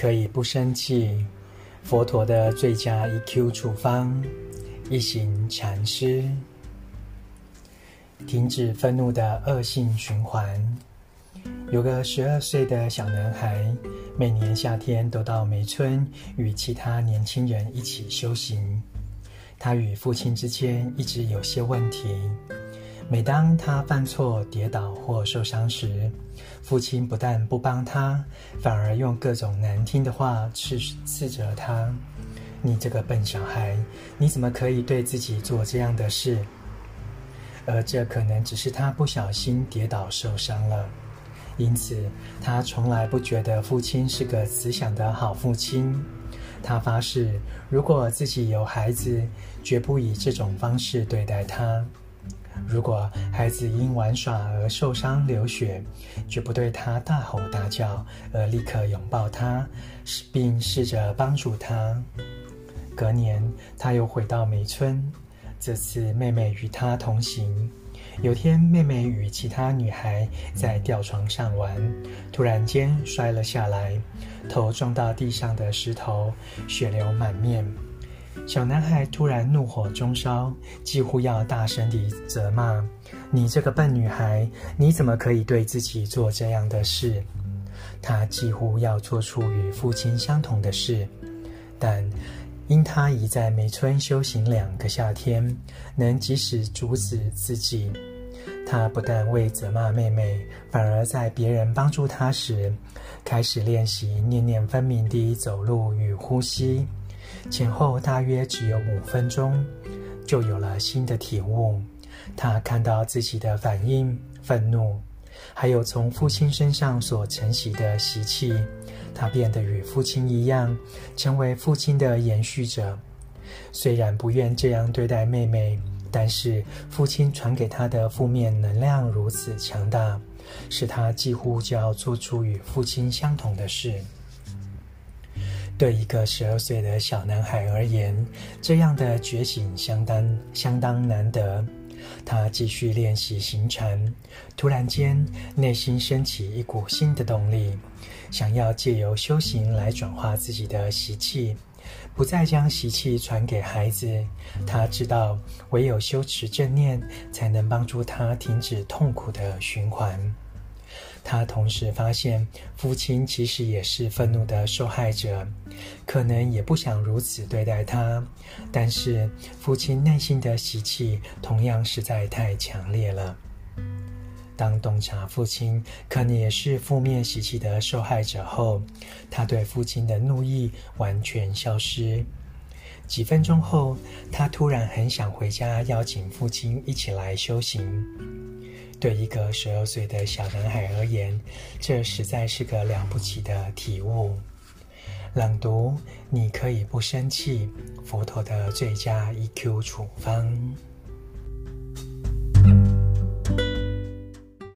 可以不生气？佛陀的最佳 EQ 处方，一行禅师。停止愤怒的恶性循环。有个12岁的小男孩，每年夏天都到梅村与其他年轻人一起修行。他与父亲之间一直有些问题。每当他犯错、跌倒或受伤时，父亲不但不帮他，反而用各种难听的话斥责他：“你这个笨小孩，你怎么可以对自己做这样的事？”而这可能只是他不小心跌倒受伤了。因此，他从来不觉得父亲是个慈祥的好父亲。他发誓，如果自己有孩子，绝不以这种方式对待他。如果孩子因玩耍而受伤流血，绝不对他大吼大叫，而立刻拥抱他，并试着帮助他。隔年，他又回到梅村，这次妹妹与他同行。有天，妹妹与其他女孩在吊床上玩，突然间摔了下来，头撞到地上的石头，血流满面。小男孩突然怒火中烧，几乎要大声地责骂：“你这个笨女孩，你怎么可以对自己做这样的事？”他几乎要做出与父亲相同的事，但因他已在梅村修行2个夏天，能及时阻止自己。他不但未责骂妹妹，反而在别人帮助他时，开始练习念念分明地走路与呼吸。前后大约只有5分钟，就有了新的体悟。他看到自己的反应、愤怒，还有从父亲身上所承袭的习气。他变得与父亲一样，成为父亲的延续者。虽然不愿这样对待妹妹，但是父亲传给他的负面能量如此强大，使他几乎就要做出与父亲相同的事。对一个12岁的小男孩而言，这样的觉醒相当难得。他继续练习行禅，突然间内心升起一股新的动力，想要借由修行来转化自己的习气，不再将习气传给孩子。他知道唯有修持正念，才能帮助他停止痛苦的循环。他同时发现，父亲其实也是愤怒的受害者，可能也不想如此对待他，但是父亲内心的习气同样实在太强烈了。当洞察父亲可能也是负面习气的受害者后，他对父亲的怒意完全消失。几分钟后，他突然很想回家邀请父亲一起来修行。对一个12岁的小男孩而言，这实在是个了不起的体悟。朗读：你可以不生气，佛陀的最佳 EQ 处方。